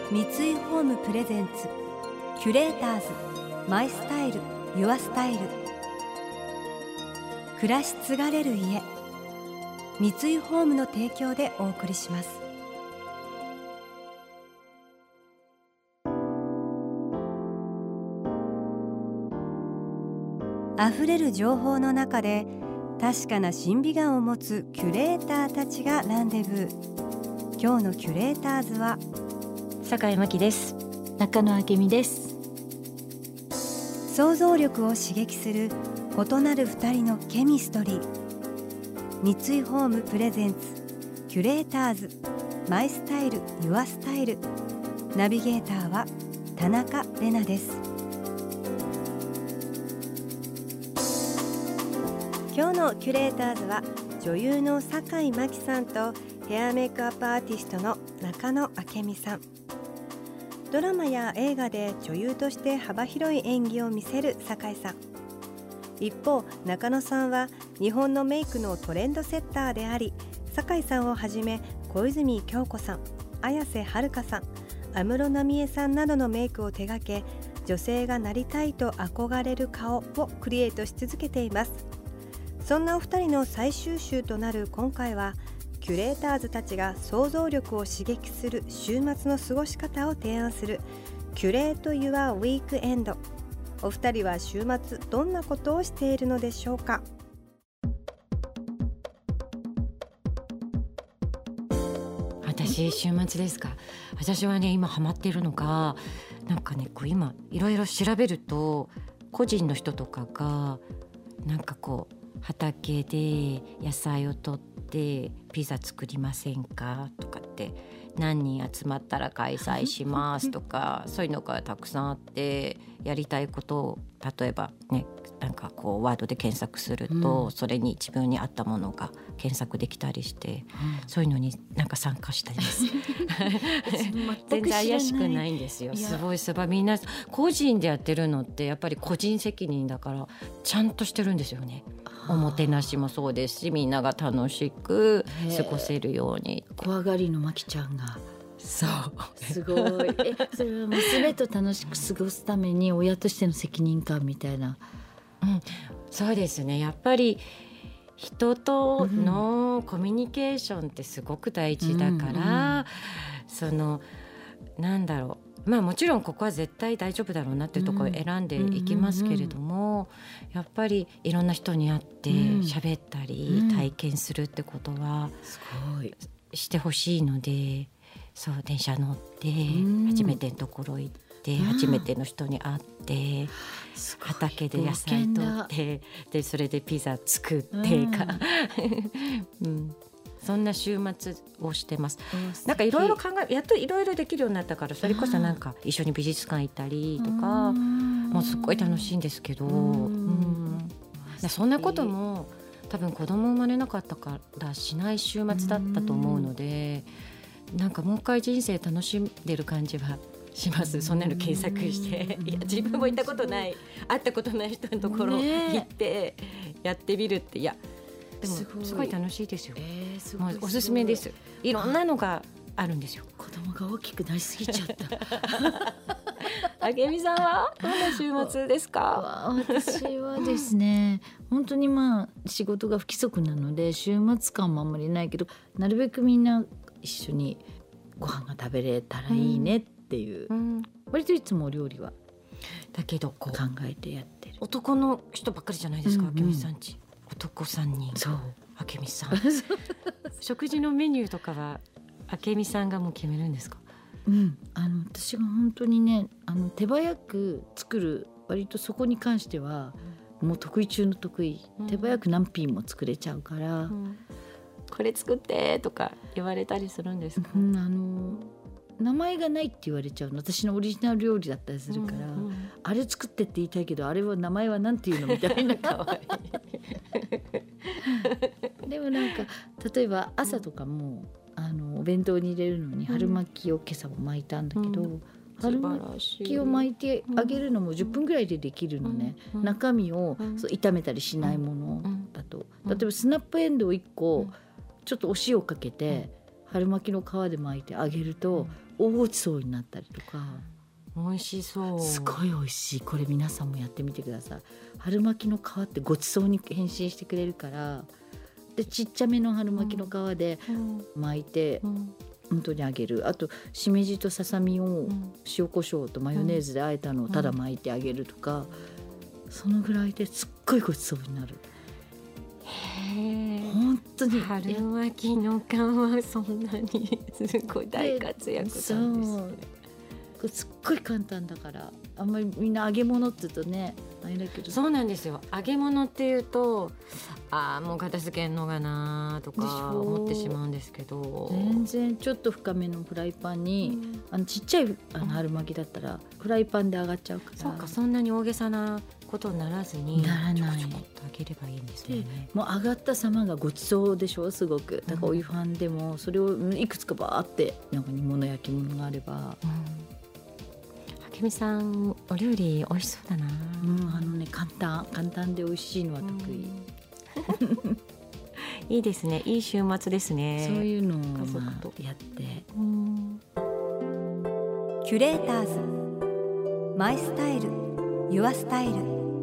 三井ホームプレゼンツキュレーターズマイスタイルユアスタイル。暮らし継がれる家、三井ホームの提供でお送りします。あふれる情報の中で確かな審美眼を持つキュレーターたちがランデブー。今日のキュレーターズは坂井真希です。 中野明美です。 想像力を刺激する異なる二人のケミストリー。三井ホームプレゼンツキュレーターズマイスタイルユアスタイル。ナビゲーターは田中れなです。今日のキュレーターズは女優の坂井真紀さんとヘアメイクアップアーティストの中野明美さん。ドラマや映画で女優として幅広い演技を見せる坂井さん。一方、中野さんは日本のメイクのトレンドセッターであり、坂井さんをはじめ小泉今日子さん、綾瀬はるかさん、安室奈美恵さんなどのメイクを手掛け、女性がなりたいと憧れる顔をクリエイトし続けています。そんなお二人の最終週となる今回は、キュレーターズたちが想像力を刺激する週末の過ごし方を提案するキュレート・ユア・ウィークエンド。お二人は週末どんなことをしているのでしょうか。 私週末ですか。私はね、今ハマっているのがなんかね、こう今いろいろ調べると個人の人とかがなんかこう畑で野菜を取ってピザ作りませんかとかって、何人集まったら開催しますとかそういうのがたくさんあって、やりたいことを例えばね、なんかこうワードで検索すると、それに自分に合ったものが検索できたりして、そういうのになんか参加したりです全然怪しくないんですよ。すごいみんな個人でやってるのってやっぱり個人責任だからちゃんとしてるんですよね。おもてなしもそうですし、みんなが楽しく過ごせるように。 怖がりのまきちゃんがそうすごいそれは娘と楽しく過ごすために親としての責任感みたいな、 そうですね。やっぱり人とのコミュニケーションってすごく大事だから、そのなんだろう、もちろんここは絶対大丈夫だろうなっていうところを選んでいきますけれども、やっぱりいろんな人に会って喋ったり体験するってことはすごいしてほしいので、そう電車乗って初めてのところ行って初めての人に会って畑で野菜取ってでそれでピザ作ってか、そんな週末をしてます。なんかいろいろやっといろいろできるようになったから、それこそなんか一緒に美術館行ったりとか、もうすっごい楽しいんですけど、そんなことも多分子供生まれなかったからしない週末だったと思うので、なんかもう一回人生楽しんでる感じはします。そんなの検索していや自分も行ったことない会ったことない人のところ行ってやってみるって、いやでもすごい楽しいですよ。もうおすすめです。いろんなのがあるんですよ。 子供が大きくなりすぎちゃった明美さんはどんな週末ですか？ 私はですね、本当に仕事が不規則なので週末感もあんまりないけど、なるべくみんな一緒にご飯が食べれたらいいねっていう、割といつもお料理はだけどこう考えてやってる。 男の人ばっかりじゃないですか、明美さんち。男3人。 そう明美さん食事のメニューとかは明美さんがもう決めるんですか？ 私が本当にね、手早く作る、割とそこに関してはもう得意中の得意、手早く何品も作れちゃうから、 これ作ってとか言われたりするんですか？ 名前がないって言われちゃうの。私のオリジナル料理だったりするから、あれ作ってって言いたいけど、あれは名前はなんていうのみたいなかわいいでもなんか例えば朝とかも、お弁当に入れるのに春巻きを今朝も巻いたんだけど、春巻きを巻いてあげるのも10分ぐらいでできるのね、中身をそう炒めたりしないものだと、例えばスナップエンドウ1個ちょっとお塩かけて春巻きの皮で巻いて揚げると大ごちそうになったりとか、 美味しそう。 すごい美味しい。これ皆さんもやってみてください。春巻きの皮ってごちそうに変身してくれるから、でちっちゃめの春巻きの皮で巻いて、本当に揚げる。あとしめじとささみを塩コショウとマヨネーズで和えたのをただ巻いて揚げるとか、そのぐらいですっごいごちそうになる。本当に春巻きの皮はそんなにすごい大活躍なんですね。 すっごい簡単だから、あんまりみんな揚げ物って言うとねあれだけど、 そうなんですよ。揚げ物っていうともう片付けんのがなとか思ってしまうんですけど、 全然ちょっと深めのフライパンに、ちっちゃい春巻きだったらフライパンで揚がっちゃうから、 そうか、そんなに大げさなことにならずにならない、 ちょこちょこっと揚げればいいんですよね。 もう揚がった様がごちそうでしょ、すごく。だからお湯ファンでもそれをいくつかバーってなんか煮物焼き物があれば、 明美さんお料理美味しそうだな。 簡単で美味しいのは得意。 いいですね。いい週末ですね。 そういうのを家族とやって。 キュレーターズマイスタイルユアスタイル。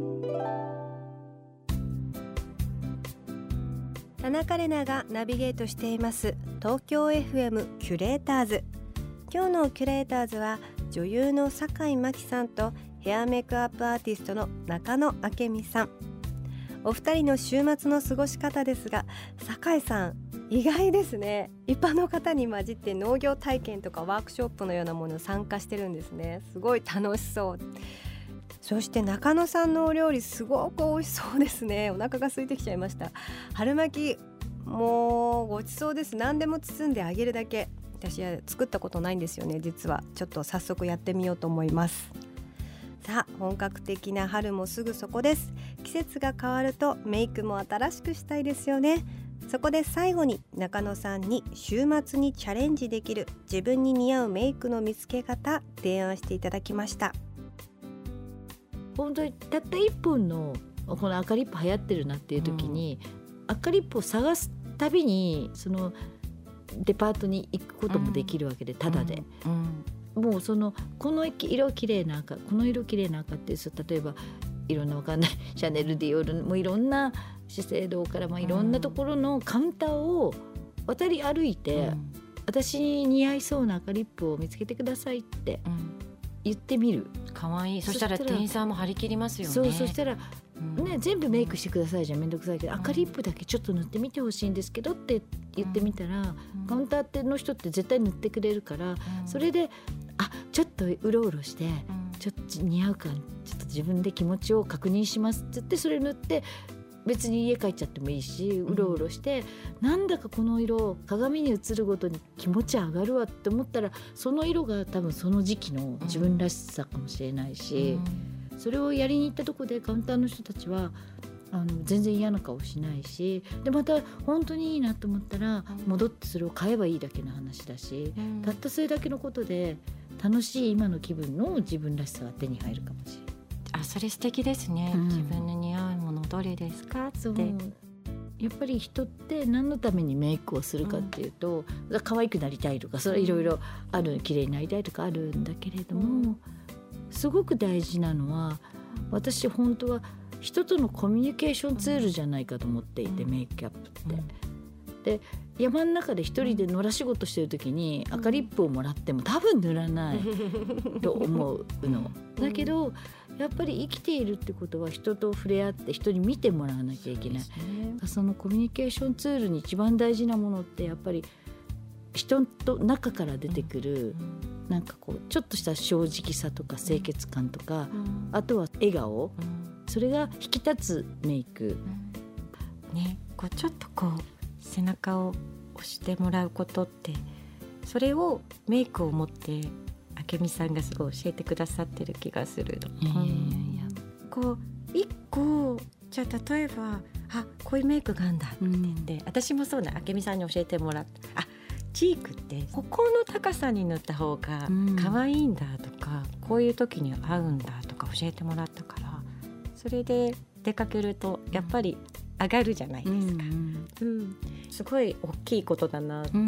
田中れながナビゲートしています東京 FM キュレーターズ。今日のキュレーターズは女優の坂井真紀さんとヘアメイクアップアーティストの中野明美さん。お二人の週末の過ごし方ですが、坂井さん意外ですね。一般の方に混じって農業体験とかワークショップのようなものを参加してるんですね。すごい楽しそう。そして中野さんのお料理すごく美味しそうですね。お腹が空いてきちゃいました。春巻きもうごちそうです。何でも包んで揚げるだけ。私は作ったことないんですよね、実は。ちょっと早速やってみようと思います。さあ、本格的な春もすぐそこです。季節が変わるとメイクも新しくしたいですよね。そこで最後に中野さんに週末にチャレンジできる自分に似合うメイクの見つけ方提案していただきました。 本当にたった一本のこの赤リップ流行ってるなっていう時に、赤リップを探すたびにそのデパートに行くこともできるわけで、タダで、もうこの色きれいな赤、この色きれいな赤っていう、例えばいろんなわかんないシャネルディオールもいろんな資生堂からいろんなところのカウンターを渡り歩いて、私に似合いそうな赤リップを見つけてくださいって言ってみる。 かわいい。そしたら店員さんも張り切りますよね。 そしたら全部メイクしてくださいじゃめんどくさいけど、赤リップだけちょっと塗ってみてほしいんですけどって言ってみたら、カウンターの人って絶対塗ってくれるから、それでちょっとうろうろして、ちょっと似合うかちょっと自分で気持ちを確認しますって言って、それ塗って別に家帰っちゃってもいいし、うろうろして、なんだかこの色鏡に映るごとに気持ち上がるわって思ったら、その色が多分その時期の自分らしさかもしれないし、それをやりに行ったとこでカウンターの人たちは全然嫌な顔しないし、でまた本当にいいなと思ったら戻ってそれを買えばいいだけの話だし、たったそれだけのことで楽しい今の気分の自分らしさが手に入るかもしれない。 それ素敵ですね、自分の似合うものどれですかって。 やっぱり人って何のためにメイクをするかっていうと、可愛くなりたいとか、それはいろいろある、綺麗になりたいとかあるんだけれども、すごく大事なのは、私本当は人とのコミュニケーションツールじゃないかと思っていて、メイクアップって、で山の中で一人で野良仕事してる時に赤リップをもらっても多分塗らないと思うのだけど、やっぱり生きているってことは人と触れ合って人に見てもらわなきゃいけない。そのコミュニケーションツールに一番大事なものってやっぱり人と中から出てくる、なんかこうちょっとした正直さとか清潔感とか、あとは笑顔、それが引き立つメイク、 こうちょっとこう背中を押してもらうことって、それをメイクを持って明美さんがすごい教えてくださってる気がするの。こう一個じゃあ例えばこういうメイクがあるんだって言って、私もそうな明美さんに教えてもらって、チークってここの高さに塗った方が可愛いんだとか、こういう時に合うんだとか教えてもらったから、それで出かけるとやっぱり上がるじゃないですか、すごい大きいことだなって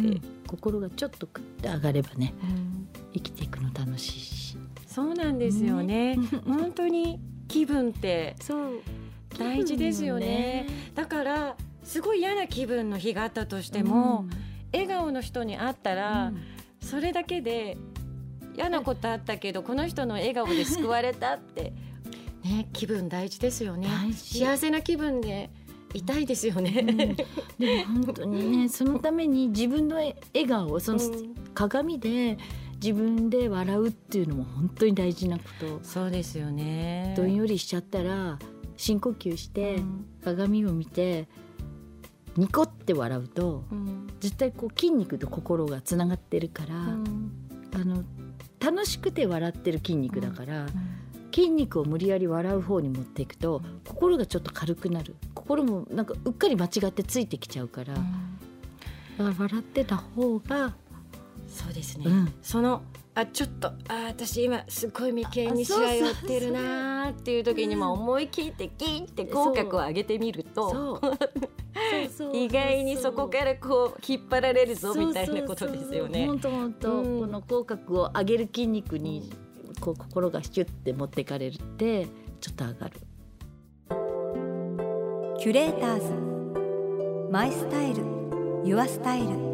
心がちょっとクッて上がればね、生きていくの楽しいし。 そうなんですよね。本当に気分って大事ですよね。だからすごい嫌な気分の日があったとしても、笑顔の人に会ったら、それだけで嫌なことあったけどこの人の笑顔で救われたってね、気分大事ですよね。幸せな気分でいたいですよね。 でも本当にね、そのために自分の笑顔をその鏡で自分で笑うっていうのも本当に大事なこと。 そうですよね。 どんよりしちゃったら深呼吸して鏡を見てニコって笑うと、絶対こう筋肉と心がつながってるから、楽しくて笑ってる筋肉だから、筋肉を無理やり笑う方に持っていくと心がちょっと軽くなる。心もなんかうっかり間違ってついてきちゃうから、だから笑ってた方が。 そうですね、そのちょっと私今すごい眉間にしわ寄ってるなっていう時にも思い切ってギーって口角を上げてみると意外にそこからこう引っ張られるぞみたいなことですよね。 本当この口角を上げる筋肉にこう心がシュッて持ってかれるってちょっと上がる。 キュレーターズマイスタイルユアスタイル。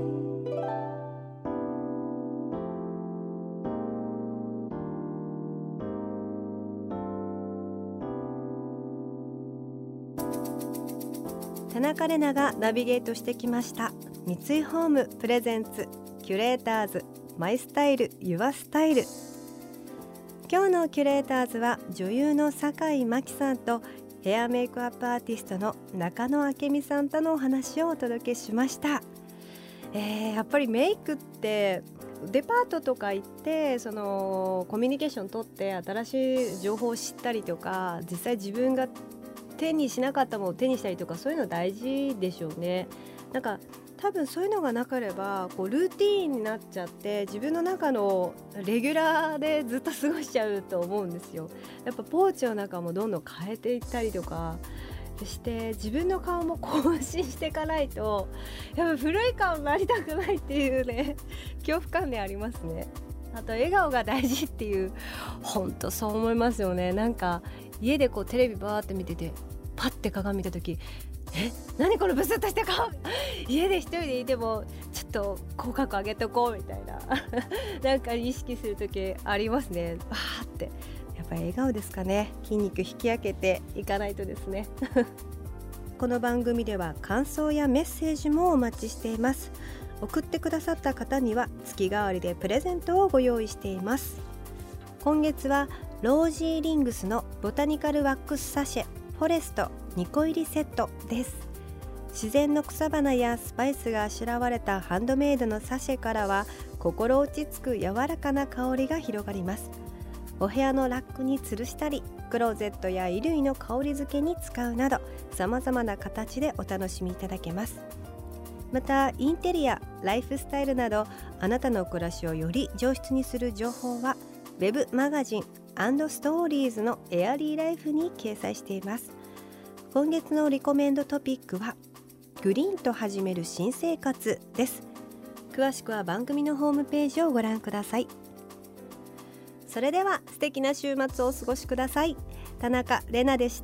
田中れながナビゲートしてきました三井ホームプレゼンツキュレーターズマイスタイルユアスタイル。今日のキュレーターズは女優の酒井真紀さんとヘアメイクアップアーティストの中野明美さんとのお話をお届けしました。やっぱりメイクってデパートとか行ってそのコミュニケーション取って新しい情報を知ったりとか、実際自分が手にしなかったものを手にしたりとか、そういうの大事でしょうね。なんか多分そういうのがなければこうルーティーンになっちゃって自分の中のレギュラーでずっと過ごしちゃうと思うんですよ。やっぱポーチの中もどんどん変えていったりとかして自分の顔も更新していかないとやっぱ古い顔になりたくないっていうね恐怖感でありますね。あと笑顔が大事っていう、本当そう思いますよね。なんか家でこうテレビバーって見ててパッて鏡見た時何このブスッとした顔家で一人でいてもちょっと口角上げとこうみたいななんか意識する時ありますね。バーってやっぱり笑顔ですかね。筋肉引き上げていかないとですねこの番組では感想やメッセージもお待ちしています。送ってくださった方には月替わりでプレゼントをご用意しています。今月はロージーリングスのボタニカルワックスサシェフォレスト2個入りセットです。自然の草花やスパイスがあしらわれたハンドメイドのサシェからは心落ち着く柔らかな香りが広がります。お部屋のラックに吊るしたりクローゼットや衣類の香り付けに使うなど様々な形でお楽しみいただけます。またインテリア、ライフスタイルなどあなたの暮らしをより上質にする情報はウェブマガジン&ストーリーズのエアリーライフに掲載しています。今月のリコメンドトピックはグリーンと始める新生活です。詳しくは番組のホームページをご覧ください。それでは素敵な週末をお過ごしください。田中れなでした。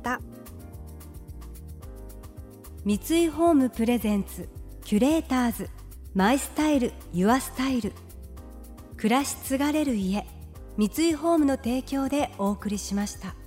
三井ホームプレゼンツキュレーターズマイスタイルユアスタイル。暮らし継がれる家、三井ホームの提供でお送りしました。